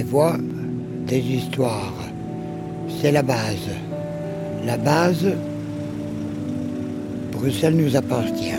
des voix, des histoires. C'est la base. La base, Bruxelles nous appartient.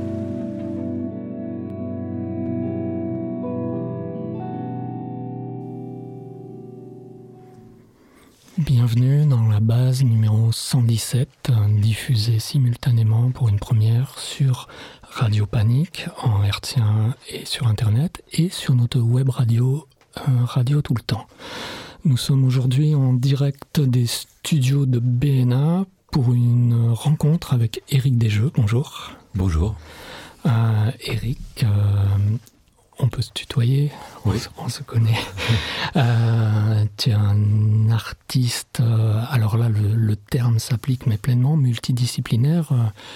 Bienvenue dans la base numéro 117, diffusée simultanément pour une première sur Radio Panique en hertzien et sur Internet et sur notre web radio, Radio Tout le Temps. Nous sommes aujourd'hui en direct des studios de BNA pour une rencontre avec Éric Desjeux. Bonjour. Bonjour. Éric, on peut se tutoyer, oui. On se connaît. Tu es un artiste, alors là le terme s'applique mais pleinement, multidisciplinaire.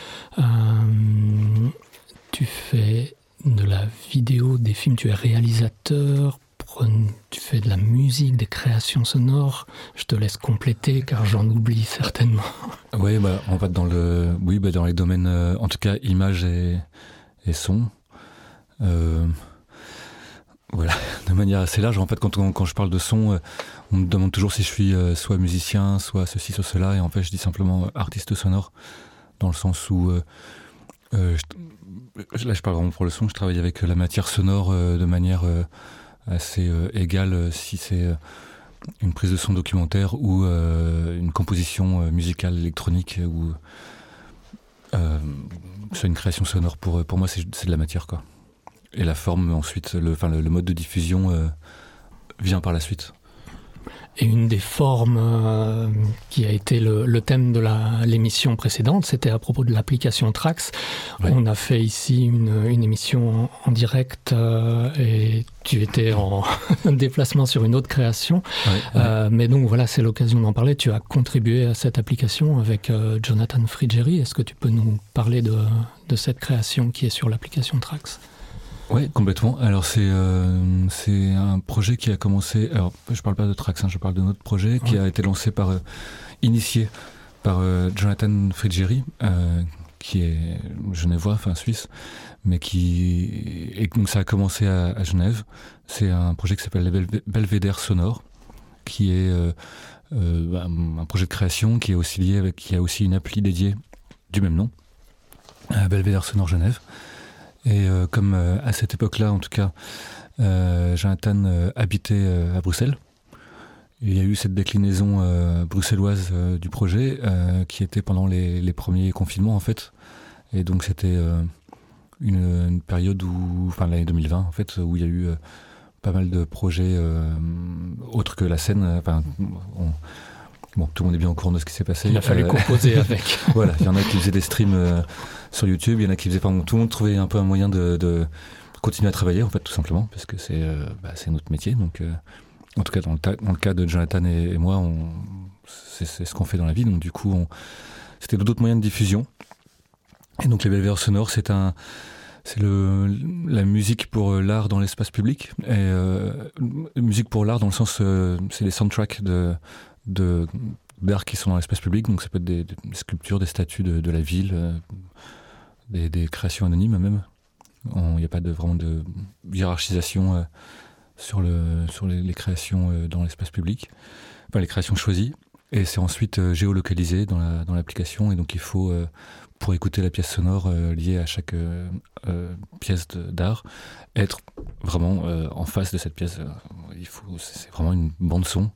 Tu fais de la vidéo, des films, tu es réalisateur, tu fais de la musique, des créations sonores. Je te laisse compléter car j'en oublie certainement. Oui, on va dans dans les domaines, en tout cas image et son. Voilà, de manière assez large. En fait, quand je parle de son, on me demande toujours si je suis soit musicien, soit ceci, soit cela. Et en fait, je dis simplement artiste sonore, dans le sens où, là, je parle vraiment pour le son. Je travaille avec la matière sonore de manière assez égale, si c'est une prise de son documentaire ou une composition musicale électronique ou c'est une création sonore. Pour moi, c'est de la matière, quoi. Et la forme, ensuite, le mode de diffusion vient par la suite. Et une des formes qui a été le thème de l'émission précédente, c'était à propos de l'application Trax. Ouais. On a fait ici une émission en direct et tu étais en déplacement sur une autre création. Ouais. Mais donc voilà, c'est l'occasion d'en parler. Tu as contribué à cette application avec Jonathan Frigeri. Est-ce que tu peux nous parler de cette création qui est sur l'application Trax ? Oui, complètement. Alors c'est un projet qui a commencé. Alors je parle pas de Trax, je parle de notre projet qui a été lancé initié par Jonathan Frigeri, qui est genevois, suisse, mais et donc ça a commencé à Genève. C'est un projet qui s'appelle Belvédère Sonore, qui est un projet de création qui est aussi lié qui a aussi une appli dédiée du même nom, Belvédère Sonore Genève. Et comme à cette époque-là, en tout cas, Jonathan habitait à Bruxelles. Il y a eu cette déclinaison bruxelloise du projet qui était pendant les premiers confinements, en fait. Et donc c'était une période l'année 2020, en fait, où il y a eu pas mal de projets autres que la scène. Bon, tout le monde est bien au courant de ce qui s'est passé. Il a fallu composer avec. Voilà, il y en a qui faisaient des streams sur YouTube, il y en a qui faisaient... tout le monde trouvait un peu un moyen de continuer à travailler, en fait, tout simplement, parce que c'est notre métier. Donc, en tout cas, dans le cas de Jonathan et moi, c'est ce qu'on fait dans la vie. Donc, du coup, c'était d'autres moyens de diffusion. Et donc, les Belvédères sonores, c'est la musique pour l'art dans l'espace public. Et musique pour l'art dans le sens... c'est les soundtracks d'art qui sont dans l'espace public, donc ça peut être des sculptures, des statues de la ville, des créations anonymes même. Il n'y a pas vraiment de hiérarchisation sur les créations dans l'espace public, les créations choisies, et c'est ensuite géolocalisé dans l'application, et donc il faut, pour écouter la pièce sonore liée à chaque pièce d'art, être vraiment en face de cette pièce. C'est vraiment une bande son.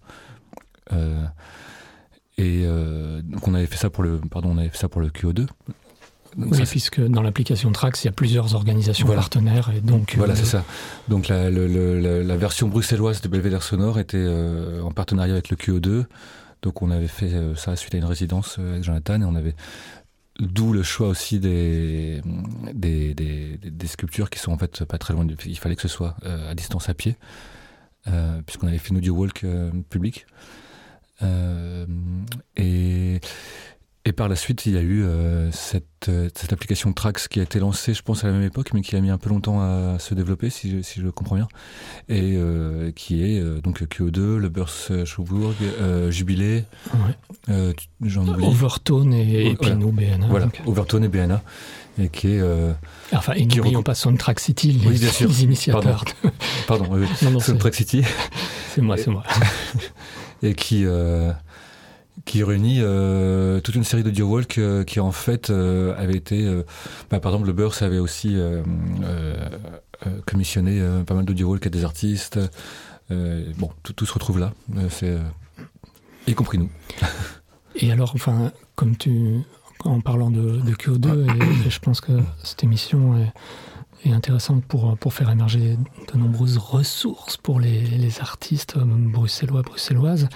Donc on avait fait ça pour le QO2. Donc oui, puisque dans l'application Trax, il y a plusieurs organisations partenaires. Et donc, voilà, c'est ça. Donc la version bruxelloise de Belvédère Sonore était en partenariat avec le QO2. Donc on avait fait ça suite à une résidence avec Jonathan, et on avait... D'où le choix aussi des sculptures qui sont en fait pas très loin. Il fallait que ce soit à distance à pied, puisqu'on avait fait une audio walk public. Et Et par la suite, il y a eu cette application Trax qui a été lancée, je pense, à la même époque, mais qui a mis un peu longtemps à se développer, si je comprends bien, et qui est donc QO2, le Burst Cherbourg, Jubilé, j'en oublie. Overtone et puis nous, BNA. Voilà, donc. Overtone et BNA, et qui est... enfin, et n'oublions pas Soundtrack City, les initiateurs. Pardon, non, Soundtrack City. C'est moi. Et qui réunit toute une série d'audio walk qui en fait avait été par exemple le Burst avait aussi commissionné pas mal d'audio walk à des artistes, bon tout se retrouve là, y compris nous. Et alors enfin comme en parlant de QO2 et je pense que cette émission est intéressante pour faire émerger de nombreuses ressources pour les artistes bruxelloises.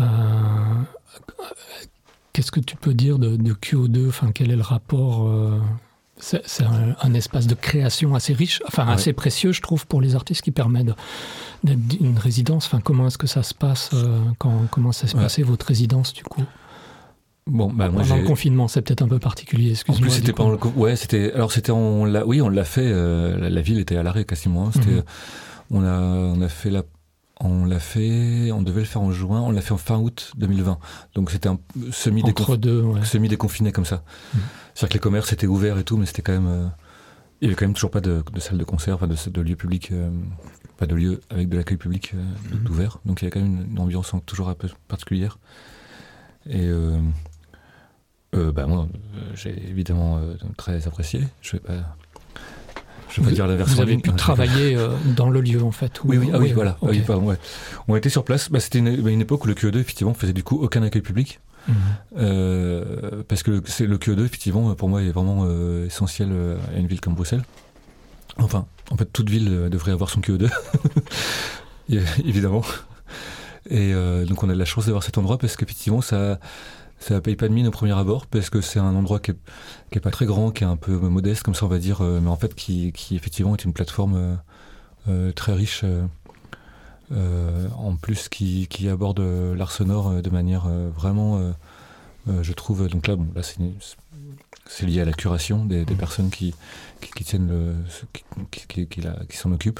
Qu'est-ce que tu peux dire de QO2 ? Enfin, quel est le rapport c'est un espace de création assez riche, assez précieux, je trouve, pour les artistes, qui permet d'être une résidence. Enfin, comment est-ce que ça se passe comment ça s'est passé votre résidence, du coup ? Bon, moi pendant le confinement, c'est peut-être un peu particulier. Excuse-moi. En plus, c'était pendant le on l'a fait. La ville était à l'arrêt quasiment. C'était, on devait le faire en juin. On l'a fait en fin août 2020. Donc c'était un semi-déconfiné comme ça. C'est-à-dire que les commerces étaient ouverts et tout, mais c'était quand même. Il y avait quand même toujours pas de salle de concert, enfin de lieu public, pas de lieu avec de l'accueil public ouvert. Donc il y a quand même une ambiance toujours un peu particulière. Et moi, j'ai évidemment très apprécié. Je vais pas dire la version. Vous avez pu travailler dans le lieu, en fait. Oui, voilà. Okay. On était sur place. C'était une époque où le QO2, effectivement, faisait du coup aucun accueil public. Parce que le QO2, effectivement, pour moi, est vraiment essentiel à une ville comme Bruxelles. Enfin, en fait, toute ville devrait avoir son QO2, évidemment. Et donc, on a de la chance d'avoir cet endroit parce qu'effectivement, ça paye pas de mine au premier abord, parce que c'est un endroit qui est pas très grand, qui est un peu modeste, comme ça on va dire, mais en fait qui effectivement est une plateforme très riche, en plus qui aborde l'art sonore de manière vraiment, je trouve. Donc là, c'est lié à la curation des personnes qui tiennent qui s'en occupent.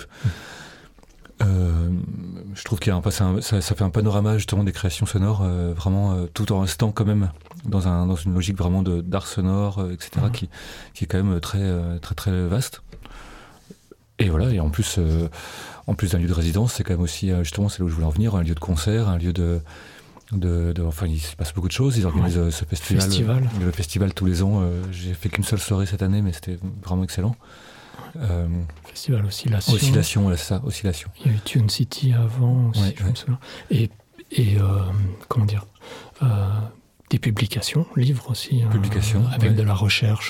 Je trouve qu'il y a ça fait un panorama justement des créations sonores, vraiment tout en restant quand même dans une logique vraiment d'art sonore, etc. qui est quand même très très très vaste. Et voilà, et en plus d'un lieu de résidence, c'est quand même aussi justement, c'est là où je voulais en venir, un lieu de concert, un lieu enfin, il se passe beaucoup de choses. Ils organisent ce festival. Le festival tous les ans. J'ai fait qu'une seule soirée cette année, mais c'était vraiment excellent. Festival Oscillation. Voilà, c'est ça, Oscillation. Il y a eu Tune City avant aussi, je me souviens. Et comment dire, des publications, livres aussi. Avec de la recherche,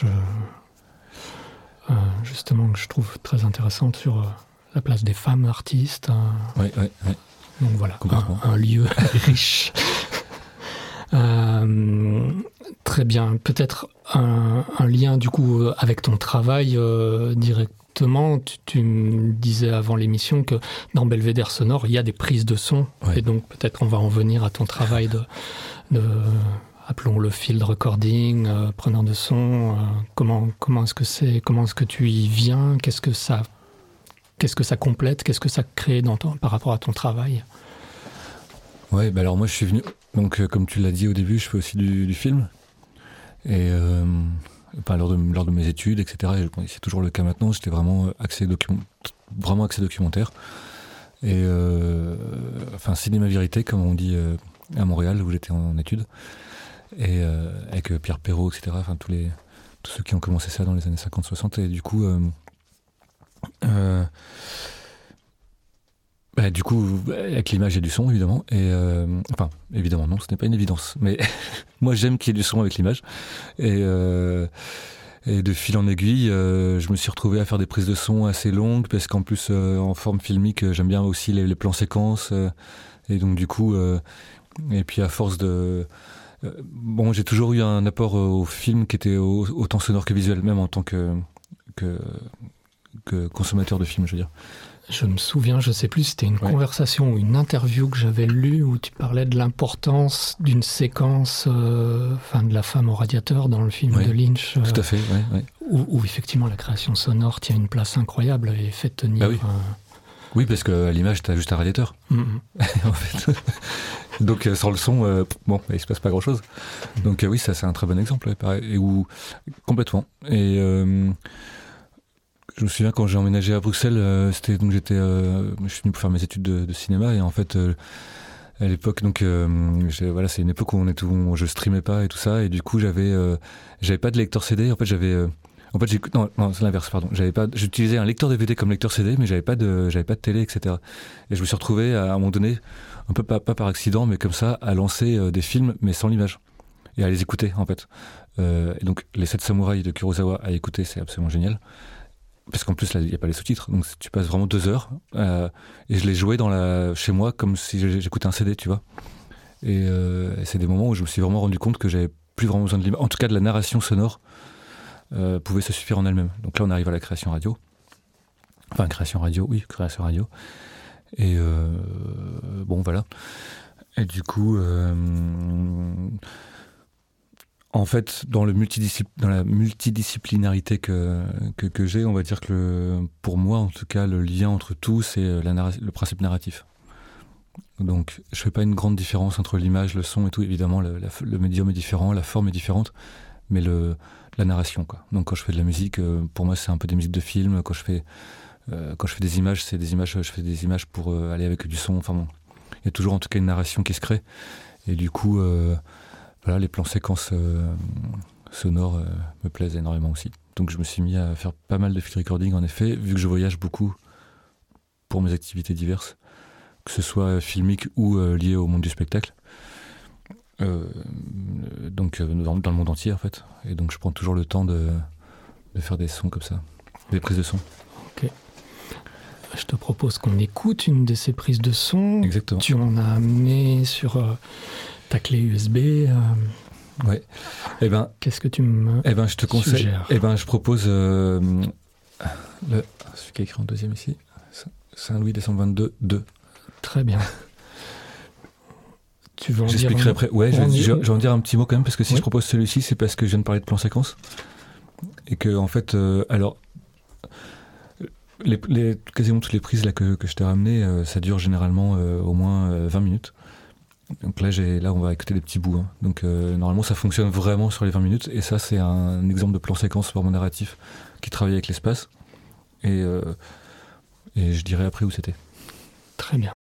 justement, que je trouve très intéressante sur la place des femmes artistes. Donc voilà, un lieu riche. Très bien. Peut-être un lien du coup avec ton travail directement. Tu me disais avant l'émission que dans Belvédère Sonore, il y a des prises de son. Et donc peut-être on va en venir à ton travail de appelons-le field recording, preneur de son. Comment est-ce que c'est ? Comment est-ce que tu y viens ? Qu'est-ce que ça complète ? Qu'est-ce que ça crée par rapport à ton travail ? Ouais, alors moi je suis venu, donc comme tu l'as dit au début, je fais aussi du film, et lors de mes études, etc. Et c'est toujours le cas maintenant. J'étais vraiment axé documentaire, et cinéma vérité, comme on dit à Montréal où j'étais en études, et avec Pierre Perrault, etc. Enfin tous ceux qui ont commencé ça dans les années 50-60, et du coup. Du coup, avec l'image et du son, évidemment. Et évidemment, non, ce n'est pas une évidence. Mais moi, j'aime qu'il y ait du son avec l'image. Et de fil en aiguille, je me suis retrouvé à faire des prises de son assez longues, parce qu'en plus, en forme filmique, j'aime bien aussi les plans-séquences. Et donc, du coup, et puis à force de... j'ai toujours eu un apport au film qui était autant sonore que visuel, même en tant que que consommateur de films, je veux dire. Je me souviens, je sais plus, c'était une conversation ou une interview que j'avais lue où tu parlais de l'importance d'une séquence, de la femme au radiateur dans le film de Lynch. Tout à fait, où effectivement la création sonore tient une place incroyable et fait tenir... Oui, parce qu'à l'image, t'as juste un radiateur. En fait. Donc sans le son, il se passe pas grand-chose. Donc oui, ça c'est un très bon exemple, pareil, complètement. Et je me souviens quand j'ai emménagé à Bruxelles, je suis venu pour faire mes études de cinéma et en fait à l'époque c'est une époque où je streamais pas et tout ça et du coup j'avais pas de lecteur CD. En fait c'est l'inverse, pardon. J'utilisais un lecteur DVD comme lecteur CD, mais j'avais pas de télé, etc. Et je me suis retrouvé à un moment donné, un peu pas par accident, mais comme ça, à lancer des films, mais sans l'image. Et à les écouter, en fait. Et donc, les 7 samouraïs de Kurosawa à écouter, c'est absolument génial. Parce qu'en plus, là, il n'y a pas les sous-titres. Donc, tu passes vraiment 2 heures. Et je les jouais chez moi comme si j'écoutais un CD, tu vois. Et c'est des moments où je me suis vraiment rendu compte que j'avais plus vraiment besoin de l'image. En tout cas, de la narration sonore. Pouvait se suffire en elle-même. Donc là, on arrive à la création radio. Enfin, création radio. Et voilà. Et du coup, en fait, dans la multidisciplinarité que j'ai, on va dire que pour moi, en tout cas, le lien entre tout, c'est le principe narratif. Donc, je fais pas une grande différence entre l'image, le son et tout. Évidemment, le médium est différent, la forme est différente, mais la narration, quoi. Donc quand je fais de la musique, pour moi c'est un peu des musiques de film. Quand je fais des images, je fais des images pour aller avec du son. Enfin bon, il y a toujours en tout cas une narration qui se crée. Et du coup, les plans séquences sonores me plaisent énormément aussi. Donc je me suis mis à faire pas mal de field recording en effet, vu que je voyage beaucoup pour mes activités diverses, que ce soit filmique ou lié au monde du spectacle. Dans le monde entier en fait, et donc je prends toujours le temps de faire des sons comme ça, des prises de son. Ok, je te propose qu'on écoute une de ces prises de son. Exactement. Tu en as amené sur ta clé USB. Ouais. Et qu'est-ce que tu me je te conseille. suggères? Je propose celui qui est écrit en deuxième ici, Saint-Louis décembre 22 2. Très bien. Tu veux en J'expliquerai dire après. Ouais, je vais en dire un petit mot quand même, parce que si je propose celui-ci, c'est parce que je viens de parler de plan séquence. Et que, en fait, quasiment toutes les prises là, que je t'ai ramenées, ça dure généralement au moins 20 minutes. Donc là, on va écouter des petits bouts. Hein. Donc normalement, ça fonctionne vraiment sur les 20 minutes. Et ça, c'est un exemple de plan séquence format narratif qui travaille avec l'espace. Et je dirai après où c'était. Très bien.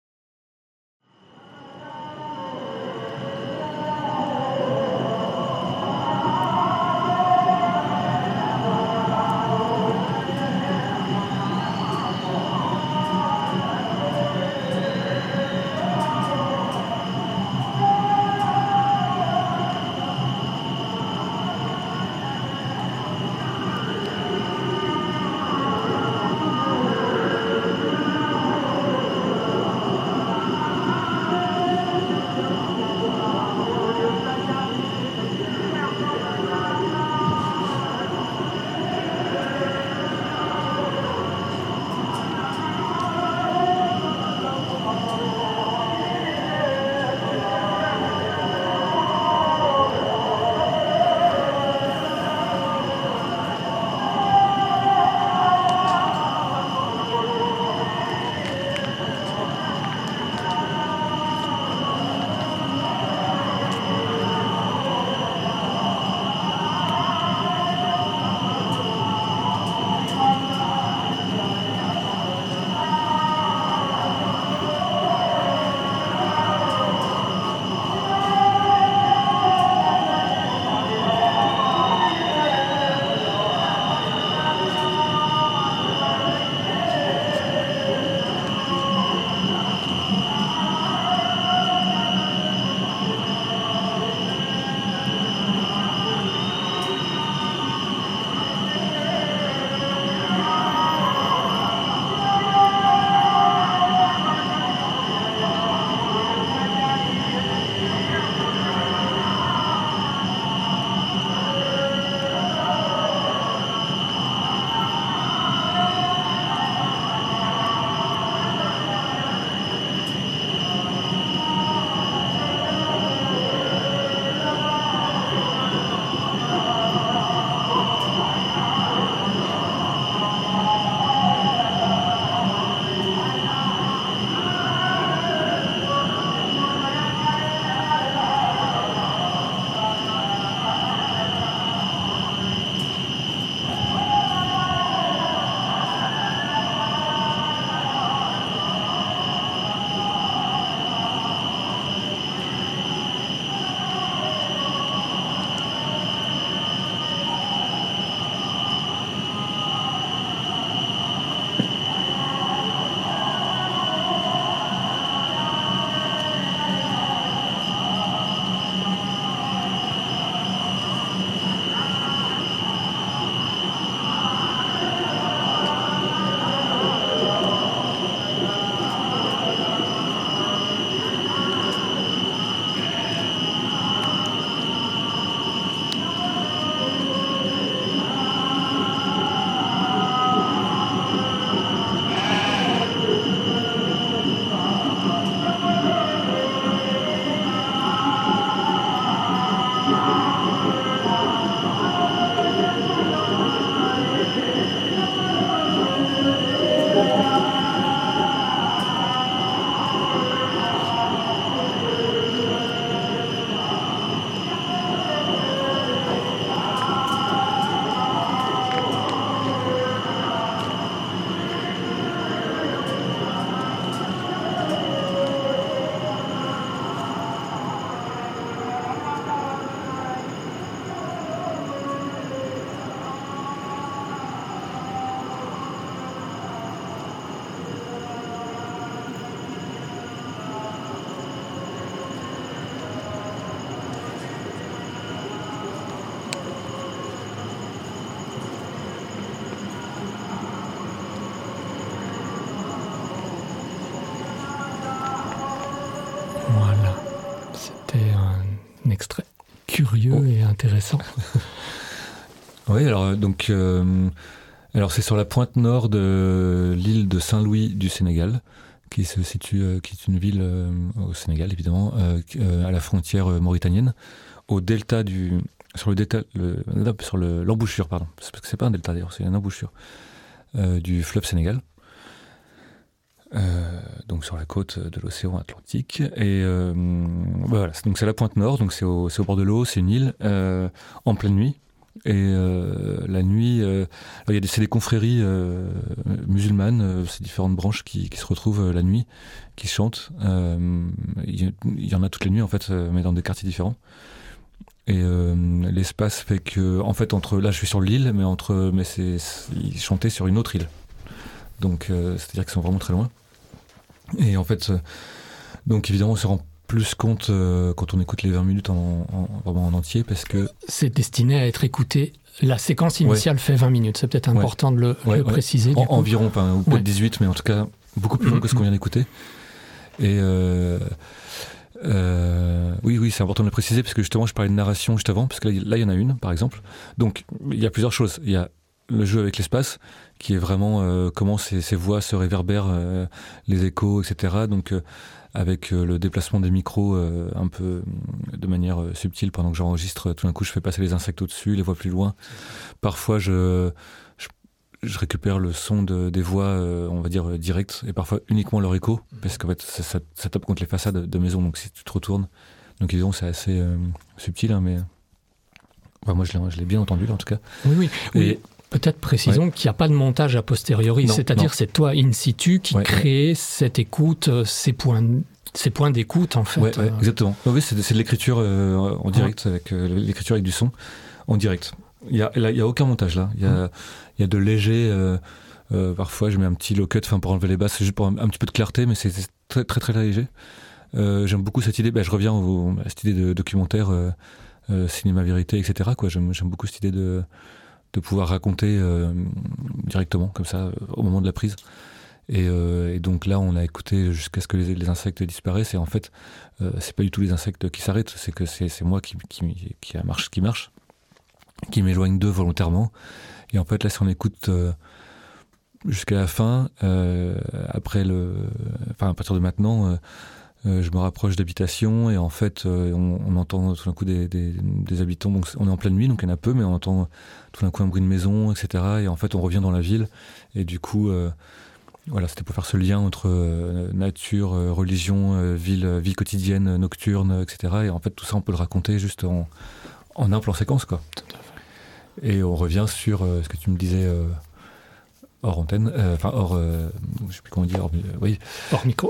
intéressant. Oui, alors donc alors c'est sur la pointe nord de l'île de Saint-Louis du Sénégal, qui se situe, qui est une ville au Sénégal évidemment, à la frontière mauritanienne, au delta sur l'embouchure, pardon, parce que c'est pas un delta d'ailleurs, c'est une embouchure du fleuve Sénégal. Donc sur la côte de l'océan Atlantique, et voilà, donc c'est la pointe nord, donc c'est au bord de l'eau, c'est une île en pleine nuit, et la nuit c'est des confréries musulmanes, c'est différentes branches qui se retrouvent la nuit, qui chantent, il y en a toutes les nuits en fait, mais dans des quartiers différents, et l'espace fait que en fait là je suis sur l'île, mais ils chantaient sur une autre île, donc c'est-à-dire qu'ils sont vraiment très loin. Et en fait, donc évidemment, on se rend plus compte quand on écoute les 20 minutes vraiment en entier, parce que... C'est destiné à être écouté. La séquence initiale fait 20 minutes. C'est peut-être important de le préciser. Environ, ou peut-être 18, mais en tout cas, beaucoup plus long que ce qu'on vient d'écouter. Et oui, c'est important de le préciser, parce que justement, je parlais de narration juste avant, parce que là, il y en a une, par exemple. Donc, il y a plusieurs choses. Il y a le jeu avec l'espace, qui est vraiment comment ces voix se réverbèrent, les échos, etc. Donc avec le déplacement des micros un peu de manière subtile pendant que j'enregistre, tout d'un coup je fais passer les insectes au-dessus, les voix plus loin. Parfois je récupère le son des voix, on va dire directes, et parfois uniquement leur écho, parce qu'en fait ça tape contre les façades de maison, donc si tu te retournes. Donc évidemment c'est assez subtil, hein, mais moi je l'ai bien entendu là, en tout cas. Oui. Peut-être précisons qu'il n'y a pas de montage a posteriori, c'est-à-dire c'est toi in situ qui crée cette écoute, ces points d'écoute en fait. Ouais, exactement. Oui, c'est de l'écriture en direct, avec l'écriture avec du son en direct. Il y a aucun montage là. Il y a de léger. Parfois, je mets un petit low-cut, pour enlever les basses, c'est juste pour un petit peu de clarté, mais c'est très très très léger. J'aime beaucoup cette idée. Je reviens à cette idée de documentaire, cinéma vérité, etc. J'aime beaucoup cette idée de pouvoir raconter directement, comme ça, au moment de la prise. Et donc là, on a écouté jusqu'à ce que les insectes disparaissent, et en fait, c'est pas du tout les insectes qui s'arrêtent, c'est que c'est moi qui marche, qui m'éloigne d'eux volontairement. Et en fait, là, si on écoute jusqu'à la fin, à partir de maintenant, je me rapproche d'habitations, et en fait on entend tout d'un coup des habitants, donc on est en pleine nuit, donc il y en a peu, mais on entend tout d'un coup un bruit de maison, etc. Et en fait on revient dans la ville, et du coup voilà, c'était pour faire ce lien entre nature, religion, vie quotidienne, nocturne, etc. Et en fait tout ça on peut le raconter juste en un plan séquence, quoi. Tout à fait. Et on revient sur ce que tu me disais hors antenne, je sais plus comment dire, hors micro,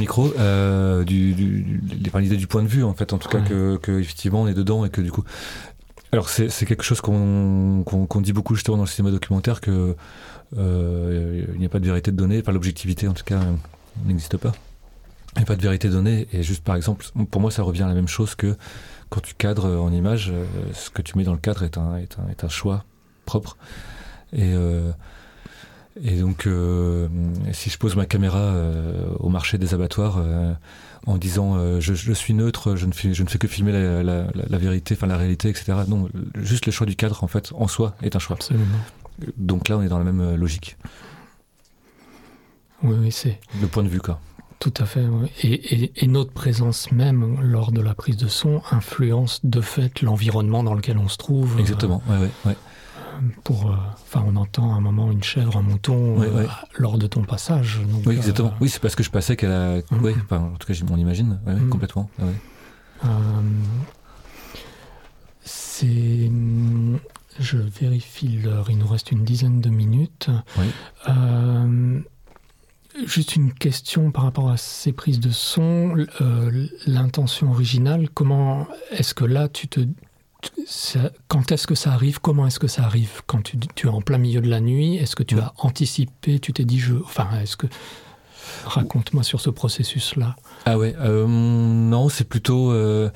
l'idée du point de vue, en fait, en tout cas, que effectivement on est dedans, et que du coup, alors c'est quelque chose qu'on dit beaucoup justement dans le cinéma documentaire, que il n'y a pas de vérité de donnée, l'objectivité en tout cas n'existe pas, il n'y a pas de vérité donnée, et juste par exemple, pour moi ça revient à la même chose que quand tu cadres en image, ce que tu mets dans le cadre est un choix propre, et donc, si je pose ma caméra au marché des abattoirs en disant je suis neutre, je ne fais que filmer la vérité, la réalité, etc. Non, juste le choix du cadre, en fait, en soi, est un choix. Absolument. Donc là, on est dans la même logique. Oui, c'est... Le point de vue, quoi. Tout à fait, oui. Et notre présence même, lors de la prise de son, influence de fait l'environnement dans lequel on se trouve. Exactement, ouais. On entend à un moment une chèvre, un mouton lors de ton passage. Donc, oui, exactement. Oui, c'est parce que je passais qu'elle a... en tout cas, on imagine, complètement. Je vérifie l'heure, il nous reste une dizaine de minutes. Oui. Juste une question par rapport à ces prises de son, l'intention originale, comment est-ce que là quand est-ce que ça arrive? Comment est-ce que ça arrive? Quand tu es en plein milieu de la nuit, est-ce que tu as anticipé? Tu t'es dit raconte-moi sur ce processus-là. Ah ouais, non, c'est plutôt...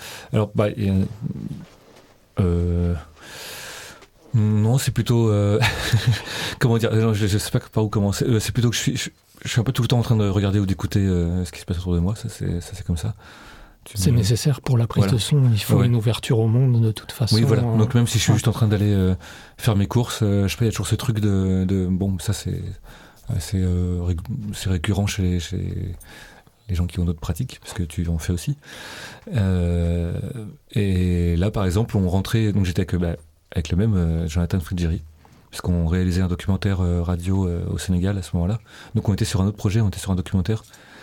non, c'est plutôt... comment dire? Je sais pas par où commencer. C'est plutôt que je suis un peu tout le temps en train de regarder ou d'écouter ce qui se passe autour de moi. Ça c'est comme ça. C'est nécessaire pour la prise de son, il faut une ouverture au monde de toute façon. Oui, voilà. Donc même si je suis juste en train d'aller faire mes courses, je sais pas, il y a toujours ce truc de bon, ça c'est récurrent chez les gens qui ont d'autres pratiques, parce que tu en fais aussi. Et là, par exemple, on rentrait, donc j'étais avec le même Jonathan Fridjeri, puisqu'on réalisait un documentaire radio au Sénégal à ce moment-là. Donc on était sur un autre projet, on était sur un documentaire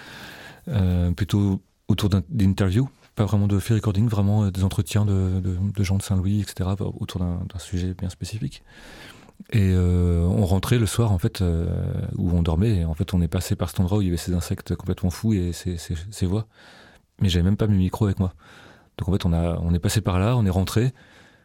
plutôt autour d'interviews, pas vraiment de field recording, vraiment des entretiens de gens de Saint-Louis, etc., autour d'un sujet bien spécifique. Et on rentrait le soir, en fait, où on dormait, et en fait on est passé par cet endroit où il y avait ces insectes complètement fous et ces voix, mais j'avais même pas mes micros avec moi. Donc en fait on est passé par là, on est rentré,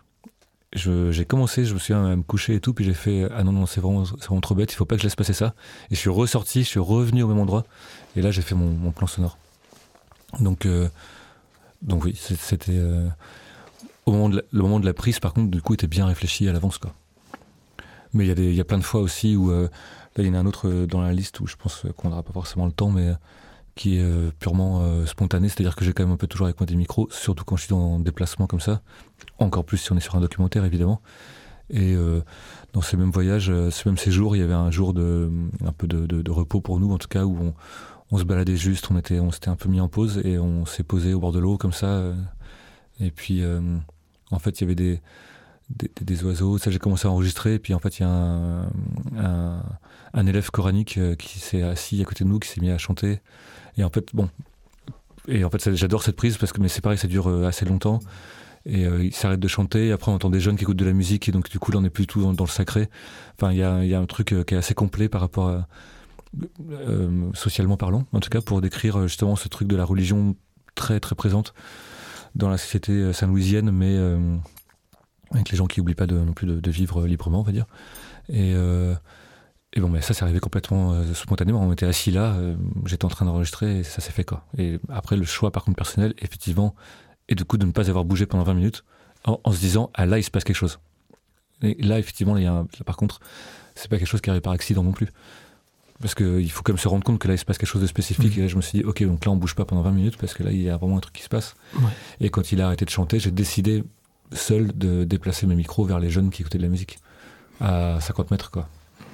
j'ai commencé, je me souviens, à me coucher et tout, puis j'ai fait ah non c'est vraiment trop bête, il faut pas que je laisse passer ça, et je suis ressorti, je suis revenu au même endroit, et là j'ai fait mon plan sonore. Donc oui, c'était le moment de la prise, par contre, du coup était bien réfléchi à l'avance, quoi. Mais il y a plein de fois aussi où là il y en a un autre dans la liste où je pense qu'on n'aura pas forcément le temps, mais qui est purement spontané, c'est-à-dire que j'ai quand même un peu toujours avec moi des micros, surtout quand je suis en déplacement comme ça, encore plus si on est sur un documentaire évidemment. Et dans ces mêmes voyages, ce même séjour, il y avait un jour un peu de repos pour nous, en tout cas, où on se baladait juste, on s'était un peu mis en pause et on s'est posé au bord de l'eau comme ça. Et puis en fait il y avait des oiseaux, ça j'ai commencé à enregistrer, et puis en fait il y a un élève coranique qui s'est assis à côté de nous, qui s'est mis à chanter, et en fait j'adore cette prise parce que, mais c'est pareil, ça dure assez longtemps, et il s'arrête de chanter, et après on entend des jeunes qui écoutent de la musique, et donc du coup là on est plus tout dans le sacré. Enfin il y a un truc qui est assez complet par rapport à socialement parlant, en tout cas, pour décrire justement ce truc de la religion très très présente dans la société saint-louisienne, mais avec les gens qui n'oublient pas non plus de vivre librement, on va dire. Et bon, mais ça c'est arrivé complètement spontanément. On était assis là, j'étais en train d'enregistrer, et ça s'est fait, quoi. Et après, le choix par contre personnel, effectivement, et du coup de ne pas avoir bougé pendant 20 minutes en se disant ah là il se passe quelque chose. Et là effectivement là, par contre c'est pas quelque chose qui arrive par accident non plus, parce qu'il faut quand même se rendre compte que là il se passe quelque chose de spécifique. Et là je me suis dit ok, donc là on bouge pas pendant 20 minutes parce que là il y a vraiment un truc qui se passe. Et quand il a arrêté de chanter, j'ai décidé seul de déplacer mes micros vers les jeunes qui écoutaient de la musique à 50 mètres, quoi.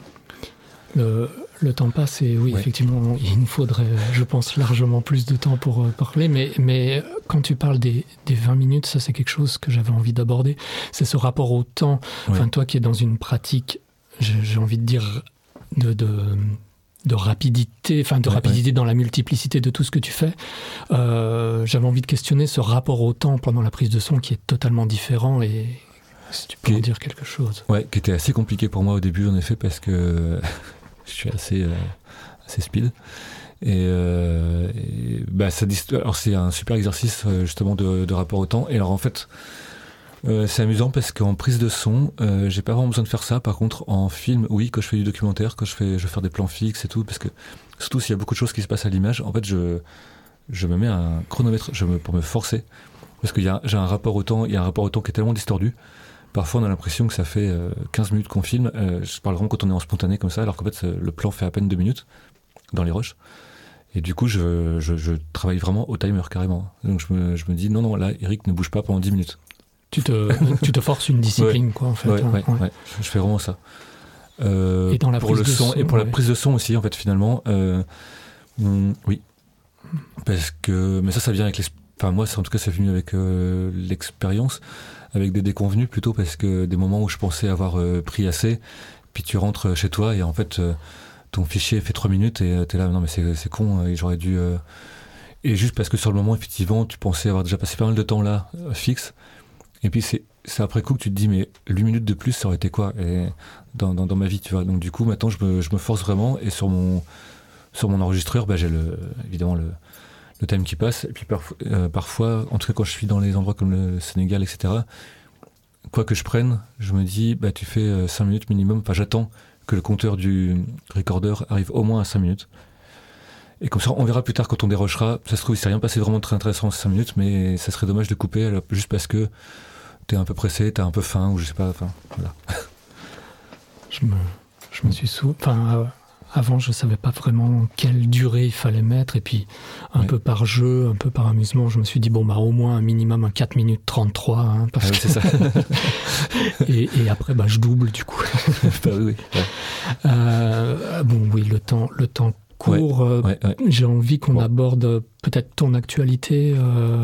Le temps passe, et oui, effectivement, il nous faudrait, je pense, largement plus de temps pour parler, mais quand tu parles des 20 minutes, ça c'est quelque chose que j'avais envie d'aborder, c'est ce rapport au temps. Enfin, toi qui es dans une pratique, j'ai envie de dire, de rapidité, enfin de rapidité dans la multiplicité de tout ce que tu fais, j'avais envie de questionner ce rapport au temps pendant la prise de son qui est totalement différent, et si tu peux en dire quelque chose. Ouais, qui était assez compliqué pour moi au début, en effet, parce que je suis assez speed. Et alors c'est un super exercice justement de rapport au temps. Et alors en fait, c'est amusant parce qu'en prise de son, j'ai pas vraiment besoin de faire ça. Par contre, en film, oui, quand je fais du documentaire, quand je vais faire des plans fixes et tout, parce que surtout s'il y a beaucoup de choses qui se passent à l'image, en fait, je me mets un chronomètre pour me forcer, parce qu'il j'ai un rapport au temps, il y a un rapport au temps qui est tellement distordu. Parfois, on a l'impression que ça fait 15 minutes qu'on filme. Je parle vraiment quand on est en spontané comme ça, alors qu'en fait, le plan fait à peine 2 minutes dans les rushs. Et du coup, je travaille vraiment au timer carrément. Donc, je me dis, non, là, Eric, ne bouge pas pendant 10 minutes. Tu te forces une discipline, quoi, en fait. Ouais. Je fais vraiment ça. Et dans la pour le son, et pour la prise de son aussi, en fait, finalement. Oui. Parce que, mais ça vient avec enfin, moi, en tout cas, c'est venu avec l'expérience, avec des déconvenus plutôt, parce que des moments où je pensais avoir pris assez, puis tu rentres chez toi et en fait ton fichier fait 3 minutes et t'es là, non mais c'est con, et j'aurais dû et juste parce que sur le moment effectivement tu pensais avoir déjà passé pas mal de temps là fixe, et puis c'est après coup que tu te dis mais 8 minutes de plus ça aurait été quoi, et dans ma vie, tu vois. Donc du coup maintenant je me force vraiment, et sur mon enregistreur j'ai évidemment le thème qui passe, et puis parfois, en tout cas quand je suis dans les endroits comme le Sénégal, etc., quoi que je prenne, je me dis tu fais 5 minutes minimum, enfin j'attends que le compteur du recorder arrive au moins à 5 minutes, et comme ça on verra plus tard quand on dérochera, ça se trouve il s'est rien passé vraiment très intéressant en 5 minutes, mais ça serait dommage de couper juste parce que t'es un peu pressé, t'as un peu faim, ou je sais pas, enfin voilà. Je me suis Avant, je ne savais pas vraiment quelle durée il fallait mettre. Et puis, un peu par jeu, un peu par amusement, je me suis dit, bon, bah, au moins un minimum 4 minutes 33. Hein, parce que... c'est ça. et après, bah, je double du coup. Bah, oui. Bon, oui, le temps court. J'ai envie qu'on aborde peut-être ton actualité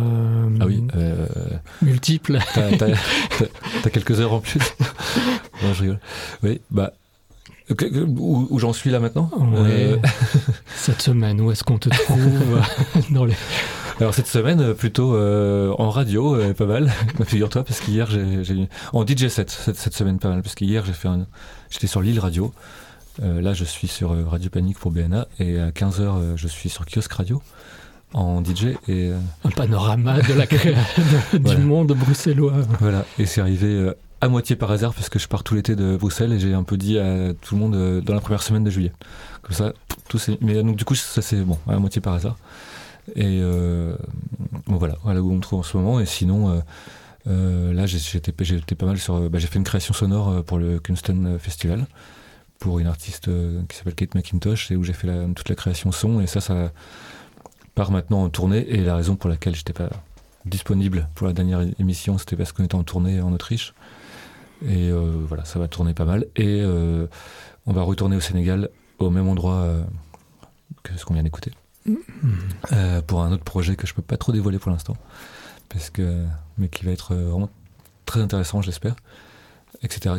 multiple. T'as quelques heures en plus. Non, je rigole. Oui, bah... Où j'en suis là maintenant. Cette semaine, où est-ce qu'on te trouve dans les... Alors cette semaine, plutôt en radio, pas mal. Figure-toi, parce qu'hier, en DJ set, cette semaine, pas mal. Parce qu'hier, j'étais sur Lille Radio. Là, je suis sur Radio Panique pour BNA. Et à 15h, je suis sur Kiosque Radio, en DJ. Et, un panorama de du monde bruxellois. Voilà, et c'est arrivé... à moitié par hasard, parce que je pars tout l'été de Bruxelles et j'ai un peu dit à tout le monde dans la première semaine de juillet. Comme ça, mais donc du coup, ça c'est bon, à moitié par hasard. Et bon, voilà où on me trouve en ce moment. Et sinon, là, j'étais pas mal sur... j'ai fait une création sonore pour le Kingston Festival, pour une artiste qui s'appelle Kate McIntosh, et où j'ai fait toute la création son. Et ça part maintenant en tournée. Et la raison pour laquelle j'étais pas disponible pour la dernière émission, c'était parce qu'on était en tournée en Autriche. Et voilà, ça va tourner pas mal. Et on va retourner au Sénégal, au même endroit que ce qu'on vient d'écouter, pour un autre projet que je peux pas trop dévoiler pour l'instant, mais qui va être vraiment très intéressant, j'espère, etc.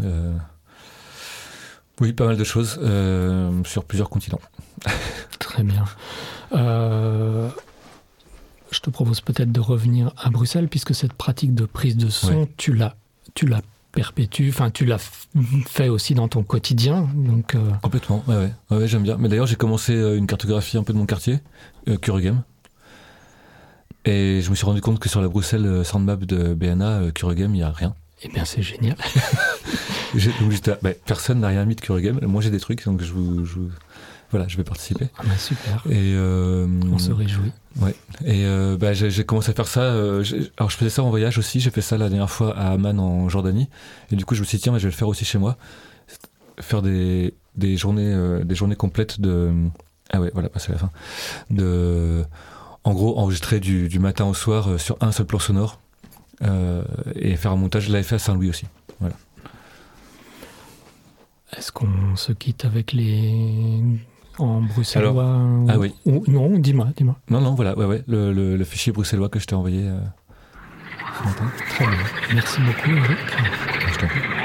Oui, pas mal de choses sur plusieurs continents. Très bien. Je te propose peut-être de revenir à Bruxelles, puisque cette pratique de prise de son, tu la perpétues, enfin tu l'as fait aussi dans ton quotidien. Donc, Complètement, ouais, j'aime bien. Mais d'ailleurs, j'ai commencé une cartographie un peu de mon quartier, Kuregem. Et je me suis rendu compte que sur la Bruxelles Soundmap de BNA, Kuregem, il n'y a rien. Eh bien, c'est génial. Personne n'a rien mis de Kuregem. Moi, j'ai des trucs, donc voilà, je vais participer. Ah bah super. Et on se réjouit. Ouais. Et j'ai commencé à faire ça. Alors je faisais ça en voyage aussi. J'ai fait ça la dernière fois à Amman en Jordanie. Et du coup, je me suis dit tiens, je vais le faire aussi chez moi. Faire des journées complètes de. Ah ouais, voilà, c'est la fin. En gros, enregistrer du matin au soir sur un seul plan sonore et faire un montage. Je l'avais fait à Saint-Louis aussi. Voilà. Est-ce qu'on se quitte avec en bruxellois? Ah oui. Non, dis-moi. Non, voilà, ouais, le fichier bruxellois que je t'ai envoyé ce matin. Très bien. Merci beaucoup, Eric. Je t'en prie.